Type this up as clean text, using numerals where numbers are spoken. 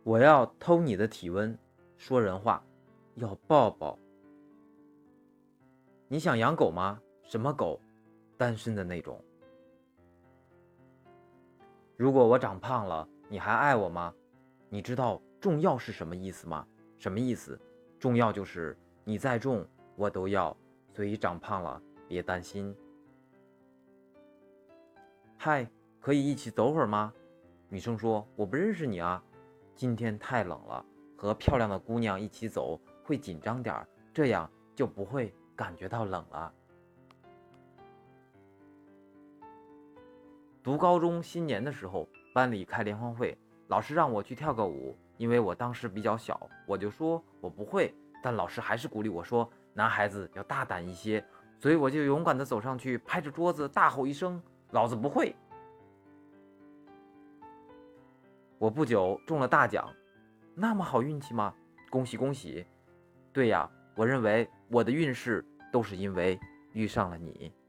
我要偷你的体温，说人话，要抱抱。你想养狗吗？什么狗？单身的那种。如果我长胖了，你还爱我吗？你知道重要是什么意思吗？什么意思？重要就是你再重我都要，所以长胖了别担心。嗨，可以一起走会儿吗？女生说我不认识你啊。今天太冷了，和漂亮的姑娘一起走会紧张点儿，这样就不会感觉到冷了。读高中新年的时候，班里开联欢会，老师让我去跳个舞，因为我当时比较小，我就说我不会，但老师还是鼓励我说男孩子要大胆一些，所以我就勇敢地走上去，拍着桌子大吼一声：老子不会！我不久中了大奖，那么好运气吗？恭喜恭喜！对呀，我认为我的运势都是因为遇上了你。